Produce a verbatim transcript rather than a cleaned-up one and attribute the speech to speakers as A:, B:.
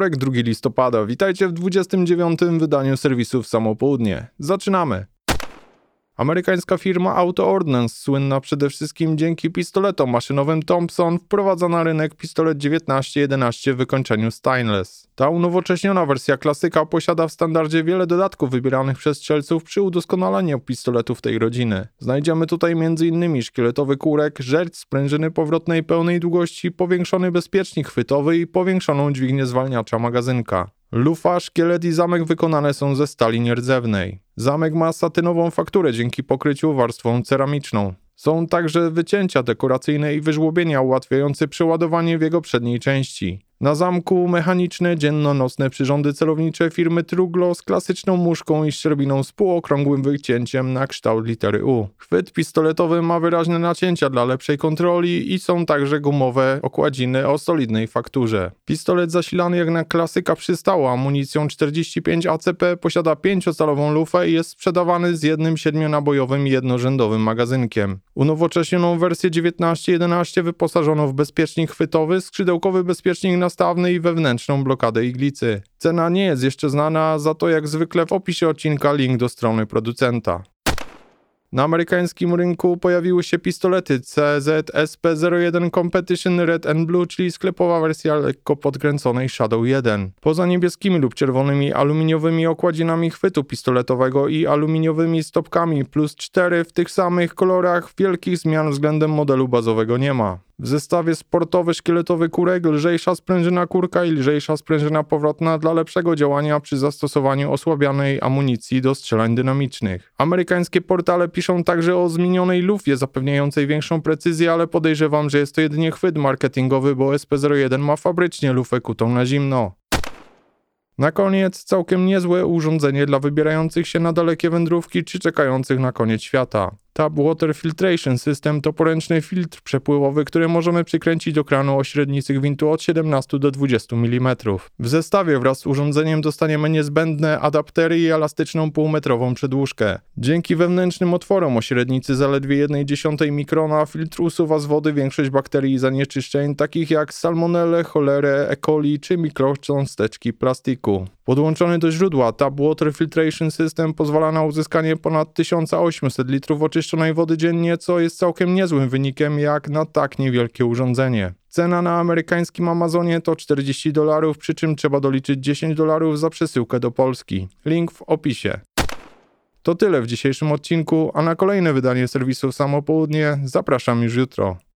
A: Wtorek, drugiego listopada. Witajcie w dwudziestym dziewiątym wydaniu serwisu w samo południe. Zaczynamy! Amerykańska firma Auto Ordnance, słynna przede wszystkim dzięki pistoletom maszynowym Thompson, wprowadza na rynek pistolet dziewiętnaście jedenaście w wykończeniu stainless. Ta unowocześniona wersja klasyka posiada w standardzie wiele dodatków wybieranych przez strzelców przy udoskonalaniu pistoletów tej rodziny. Znajdziemy tutaj m.in. szkieletowy kurek, żerć sprężyny powrotnej pełnej długości, powiększony bezpiecznik chwytowy i powiększoną dźwignię zwalniacza magazynka. Lufa, szkielet i zamek wykonane są ze stali nierdzewnej. Zamek ma satynową fakturę dzięki pokryciu warstwą ceramiczną. Są także wycięcia dekoracyjne i wyżłobienia ułatwiające przeładowanie w jego przedniej części. Na zamku mechaniczne, dzienno-nocne przyrządy celownicze firmy Truglo z klasyczną muszką i szczerbiną z półokrągłym wycięciem na kształt litery U. Chwyt pistoletowy ma wyraźne nacięcia dla lepszej kontroli i są także gumowe okładziny o solidnej fakturze. Pistolet zasilany jak na klasyka przystało amunicją czterdzieści pięć A C P posiada pięciocalową lufę i jest sprzedawany z jednym siedmionabojowym jednorzędowym magazynkiem. Unowocześnioną wersję dziewiętnaście jedenaście wyposażono w bezpiecznik chwytowy, skrzydełkowy bezpiecznik nastawny i wewnętrzną blokadę iglicy. Cena nie jest jeszcze znana, za to jak zwykle w opisie odcinka link do strony producenta. Na amerykańskim rynku pojawiły się pistolety C Z S P zero jeden Competition Red and Blue, czyli sklepowa wersja lekko podkręconej Shadow jeden. Poza niebieskimi lub czerwonymi aluminiowymi okładzinami chwytu pistoletowego i aluminiowymi stopkami plus cztery w tych samych kolorach wielkich zmian względem modelu bazowego nie ma. W zestawie sportowy szkieletowy kurek, lżejsza sprężyna kurka i lżejsza sprężyna powrotna dla lepszego działania przy zastosowaniu osłabianej amunicji do strzelań dynamicznych. Amerykańskie portale piszą także o zmienionej lufie zapewniającej większą precyzję, ale podejrzewam, że jest to jedynie chwyt marketingowy, bo S P zero jeden ma fabrycznie lufę kutą na zimno. Na koniec całkiem niezłe urządzenie dla wybierających się na dalekie wędrówki czy czekających na koniec świata. Tap Water Filtration System to poręczny filtr przepływowy, który możemy przykręcić do kranu o średnicy gwintu od siedemnastu do dwudziestu milimetrów. W zestawie wraz z urządzeniem dostaniemy niezbędne adaptery i elastyczną półmetrową przedłużkę. Dzięki wewnętrznym otworom o średnicy zaledwie jedna dziesiąta mikrona filtr usuwa z wody większość bakterii i zanieczyszczeń takich jak salmonelle, cholerę, E. coli czy mikrocząsteczki plastiku. Podłączony do źródła Tap Water Filtration System pozwala na uzyskanie ponad tysiąc osiemset litrów oczyszczonej wody dziennie, co jest całkiem niezłym wynikiem jak na tak niewielkie urządzenie. Cena na amerykańskim Amazonie to czterdzieści dolarów, przy czym trzeba doliczyć dziesięć dolarów za przesyłkę do Polski. Link w opisie. To tyle w dzisiejszym odcinku, a na kolejne wydanie serwisu w samo południe zapraszam już jutro.